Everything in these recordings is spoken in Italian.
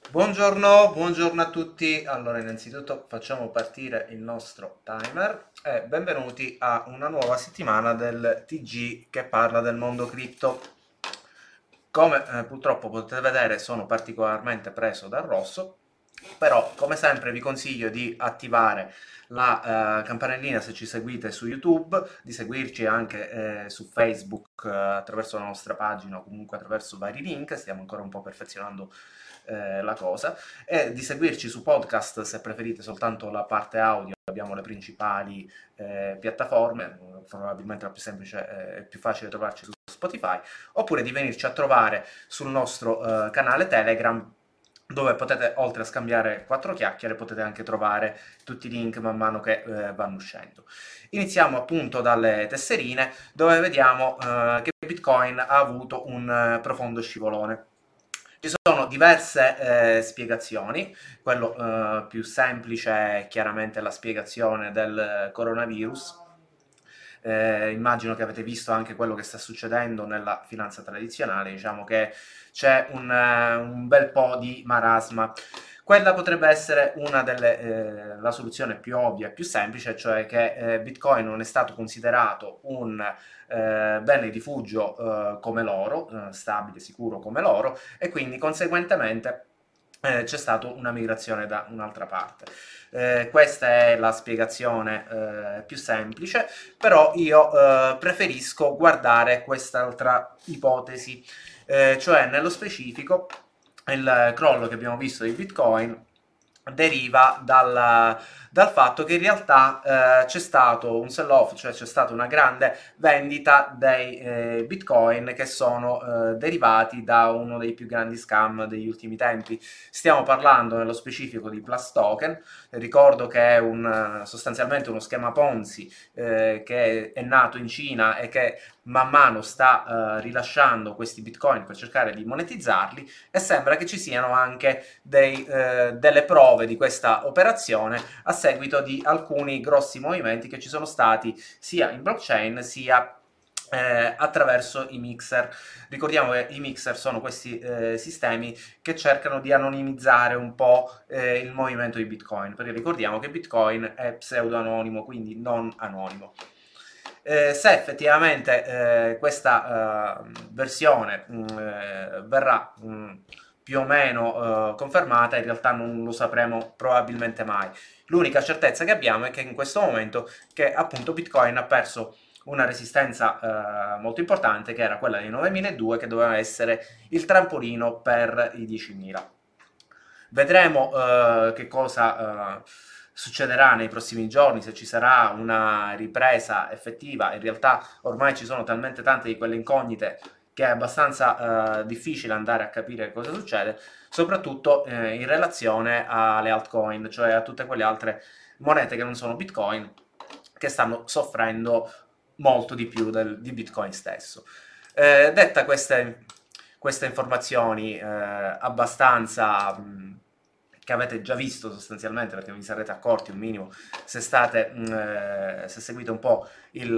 Buongiorno a tutti. Allora, innanzitutto facciamo partire il nostro timer e benvenuti a una nuova settimana del TG che parla del mondo cripto. Come purtroppo potete vedere, sono particolarmente preso dal rosso, però come sempre vi consiglio di attivare la campanellina se ci seguite su YouTube, di seguirci anche su Facebook attraverso la nostra pagina o comunque attraverso vari link, stiamo ancora un po' perfezionando la cosa, e di seguirci su podcast se preferite soltanto la parte audio. Abbiamo le principali piattaforme, probabilmente la più semplice e più facile trovarci su Spotify, oppure di venirci a trovare sul nostro canale Telegram, dove potete, oltre a scambiare quattro chiacchiere, potete anche trovare tutti i link man mano che vanno uscendo. Iniziamo appunto dalle tesserine, dove vediamo che Bitcoin ha avuto un profondo scivolone. Ci sono diverse spiegazioni. Quello più semplice è chiaramente la spiegazione del coronavirus. Immagino che avete visto anche quello che sta succedendo nella finanza tradizionale, diciamo che c'è un bel po' di marasma. Quella potrebbe essere una delle, la soluzione più ovvia e più semplice, cioè che Bitcoin non è stato considerato un bene di rifugio come l'oro, stabile, sicuro come l'oro, e quindi conseguentemente c'è stata una migrazione da un'altra parte. Questa è la spiegazione più semplice, però io preferisco guardare quest'altra ipotesi, cioè nello specifico il crollo che abbiamo visto di Bitcoin deriva dal fatto che in realtà c'è stato un sell-off, cioè c'è stata una grande vendita dei Bitcoin che sono derivati da uno dei più grandi scam degli ultimi tempi. Stiamo parlando nello specifico di Plus Token. Ricordo che è sostanzialmente uno schema Ponzi che è nato in Cina e che man mano sta rilasciando questi Bitcoin per cercare di monetizzarli, e sembra che ci siano anche delle prove di questa operazione a seguito di alcuni grossi movimenti che ci sono stati sia in blockchain sia attraverso i mixer. Ricordiamo che i mixer sono questi sistemi che cercano di anonimizzare un po' il movimento di Bitcoin, perché ricordiamo che Bitcoin è pseudo-anonimo, quindi non anonimo. Se effettivamente questa versione verrà più o meno confermata, in realtà non lo sapremo probabilmente mai. L'unica certezza che abbiamo è che in questo momento che appunto Bitcoin ha perso una resistenza molto importante, che era quella dei 9.200, che doveva essere il trampolino per i 10.000. Vedremo che cosa succederà nei prossimi giorni, se ci sarà una ripresa effettiva. In realtà ormai ci sono talmente tante di quelle incognite che è abbastanza difficile andare a capire cosa succede, soprattutto in relazione alle altcoin, cioè a tutte quelle altre monete che non sono Bitcoin, che stanno soffrendo molto di più di Bitcoin stesso. Detta queste informazioni abbastanza che avete già visto sostanzialmente, perché vi sarete accorti un minimo se se seguite un po'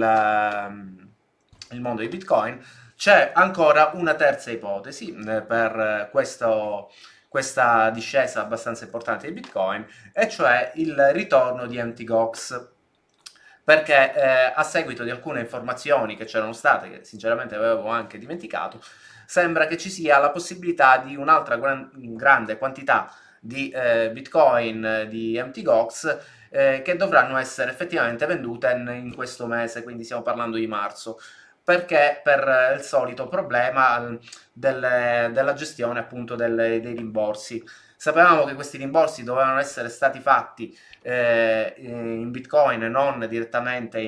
il mondo di Bitcoin, c'è ancora una terza ipotesi per questa discesa abbastanza importante di Bitcoin, e cioè il ritorno di Mt. Gox, perché a seguito di alcune informazioni che c'erano state, che sinceramente avevo anche dimenticato, sembra che ci sia la possibilità di un'altra grande quantità di Bitcoin di Mt. Gox che dovranno essere effettivamente vendute in questo mese, quindi stiamo parlando di marzo, perché per il solito problema della gestione appunto dei rimborsi. Sapevamo che questi rimborsi dovevano essere stati fatti in Bitcoin e non direttamente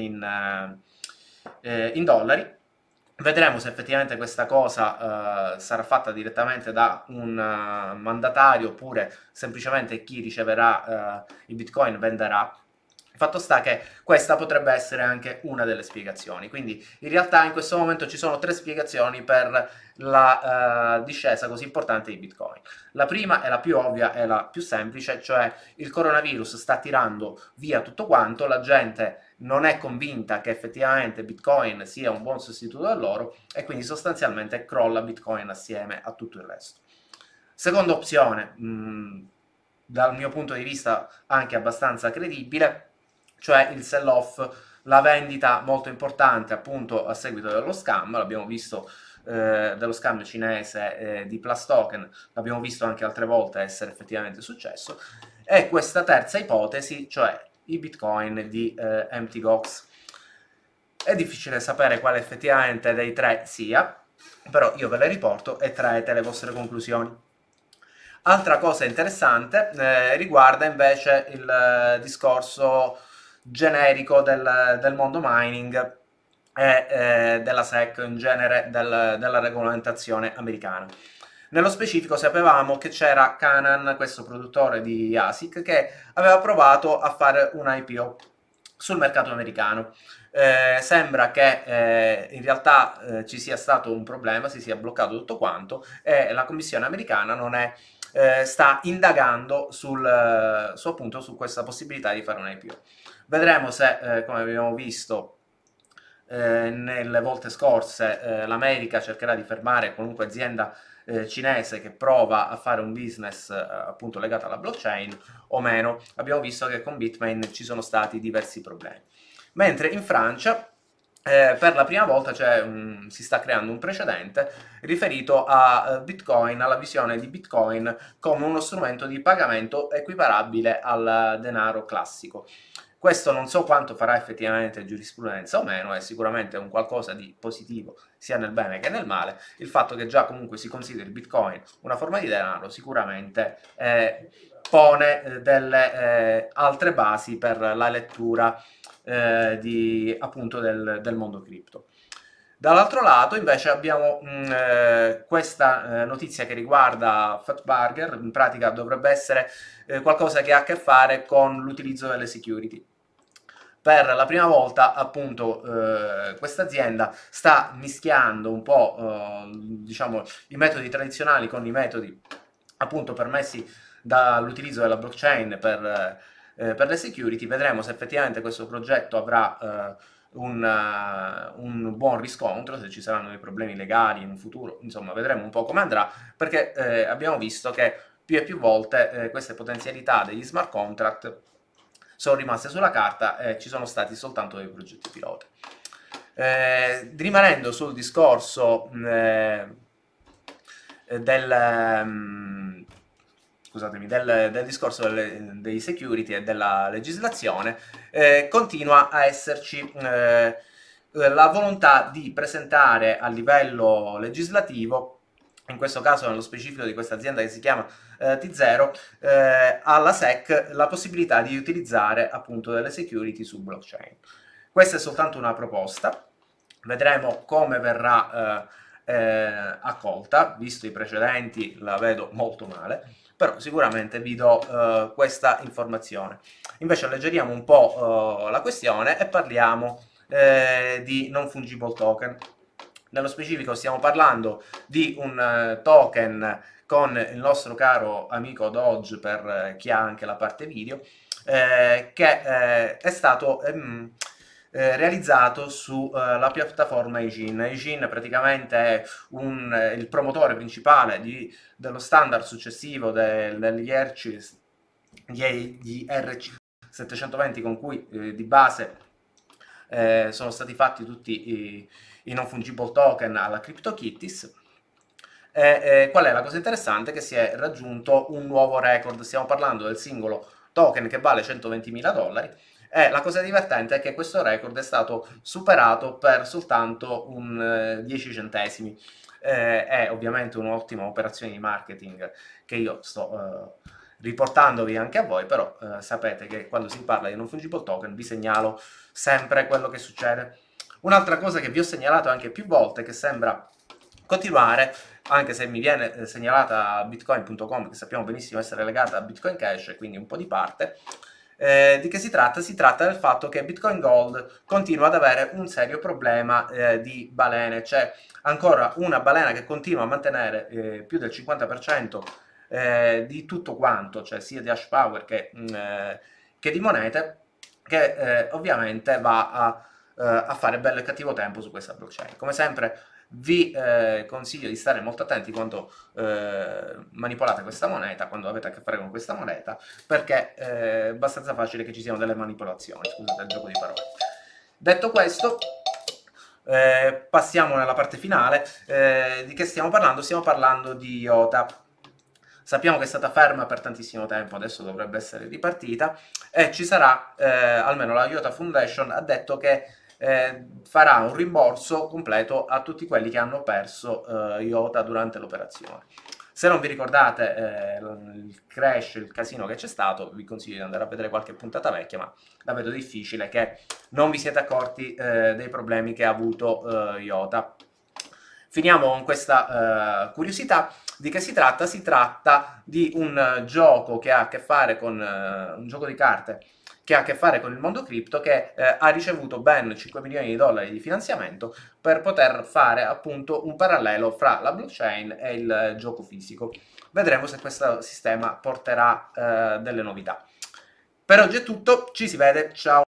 in dollari. Vedremo se effettivamente questa cosa sarà fatta direttamente da un mandatario, oppure semplicemente chi riceverà i Bitcoin venderà. Fatto sta che questa potrebbe essere anche una delle spiegazioni. Quindi in realtà in questo momento ci sono tre spiegazioni per la discesa così importante di Bitcoin. La prima è la più ovvia e la più semplice, cioè il coronavirus sta tirando via tutto quanto, la gente non è convinta che effettivamente Bitcoin sia un buon sostituto dell'oro, e quindi sostanzialmente crolla Bitcoin assieme a tutto il resto. Seconda opzione, dal mio punto di vista anche abbastanza credibile, cioè il sell-off, la vendita molto importante appunto a seguito dello scam, l'abbiamo visto dello scam cinese di Plus Token, l'abbiamo visto anche altre volte essere effettivamente successo, e questa terza ipotesi, cioè i bitcoin di Mt. Gox. È difficile sapere quale effettivamente dei tre sia, però io ve le riporto e traete le vostre conclusioni. Altra cosa interessante riguarda invece il discorso generico del mondo mining e della SEC, in genere della regolamentazione americana. Nello specifico sapevamo che c'era Canaan, questo produttore di ASIC, che aveva provato a fare un IPO sul mercato americano. Sembra che in realtà ci sia stato un problema, si sia bloccato tutto quanto e la commissione americana non è sta indagando appunto su questa possibilità di fare un IPO. Vedremo se, come abbiamo visto nelle volte scorse, l'America cercherà di fermare qualunque azienda cinese che prova a fare un business appunto legato alla blockchain o meno. Abbiamo visto che con Bitmain ci sono stati diversi problemi. Mentre in Francia per la prima volta si sta creando un precedente riferito a Bitcoin, alla visione di Bitcoin come uno strumento di pagamento equiparabile al denaro classico. Questo non so quanto farà effettivamente giurisprudenza o meno, è sicuramente un qualcosa di positivo sia nel bene che nel male. Il fatto che già comunque si consideri Bitcoin una forma di denaro sicuramente pone delle altre basi per la lettura appunto del mondo cripto. Dall'altro lato invece abbiamo questa notizia che riguarda Fatburger, in pratica dovrebbe essere qualcosa che ha a che fare con l'utilizzo delle security. Per la prima volta appunto questa azienda sta mischiando un po' diciamo i metodi tradizionali con i metodi appunto permessi dall'utilizzo della blockchain per le security. Vedremo se effettivamente questo progetto avrà un buon riscontro, se ci saranno dei problemi legali in un futuro, insomma vedremo un po' come andrà, perché abbiamo visto che più e più volte queste potenzialità degli smart contract sono rimaste sulla carta e ci sono stati soltanto dei progetti pilota. Rimanendo sul discorso del discorso dei security e della legislazione, continua a esserci la volontà di presentare a livello legislativo, in questo caso nello specifico di questa azienda che si chiama T0, alla SEC la possibilità di utilizzare appunto delle security su blockchain. Questa è soltanto una proposta, vedremo come verrà accolta, visto i precedenti la vedo molto male, però sicuramente vi do questa informazione. Invece alleggeriamo un po' la questione e parliamo di non fungible token. Nello specifico stiamo parlando di un token con il nostro caro amico Doge, per chi ha anche la parte video, che è stato realizzato sulla piattaforma Egin. Egin praticamente è il promotore principale dello standard successivo degli ERC 720 con cui di base sono stati fatti tutti i non fungible token alla CryptoKitties. Qual è la cosa interessante? Che si è raggiunto un nuovo record, stiamo parlando del singolo token che vale $120.000 e la cosa divertente è che questo record è stato superato per soltanto 10 centesimi. È ovviamente un'ottima operazione di marketing che io sto riportandovi anche a voi, però sapete che quando si parla di non fungible token vi segnalo sempre quello che succede. Un'altra cosa che vi ho segnalato anche più volte, che sembra continuare, anche se mi viene segnalata bitcoin.com, che sappiamo benissimo essere legata a Bitcoin Cash, quindi un po' di parte, di che si tratta? Si tratta del fatto che Bitcoin Gold continua ad avere un serio problema di balene. C'è ancora una balena che continua a mantenere più del 50% di tutto quanto, cioè sia di hash power che di monete, che ovviamente va a fare bello e cattivo tempo su questa blockchain. Come sempre vi consiglio di stare molto attenti quando manipolate questa moneta, quando avete a che fare con questa moneta, perché è abbastanza facile che ci siano delle manipolazioni, scusate il gioco di parole. Detto questo, passiamo nella parte finale. Di che stiamo parlando? Stiamo parlando di IOTA. Sappiamo che è stata ferma per tantissimo tempo, adesso dovrebbe essere ripartita e ci sarà, almeno la IOTA Foundation ha detto che farà un rimborso completo a tutti quelli che hanno perso IOTA durante l'operazione. Se non vi ricordate il crash, il casino che c'è stato, vi consiglio di andare a vedere qualche puntata vecchia, ma la vedo difficile che non vi siete accorti dei problemi che ha avuto IOTA. Finiamo con questa curiosità. Di che si tratta? Si tratta di un gioco che ha a che fare con un gioco di carte che ha a che fare con il mondo cripto, che ha ricevuto ben 5 milioni di dollari di finanziamento per poter fare appunto un parallelo fra la blockchain e il gioco fisico. Vedremo se questo sistema porterà delle novità. Per oggi è tutto, ci si vede, ciao!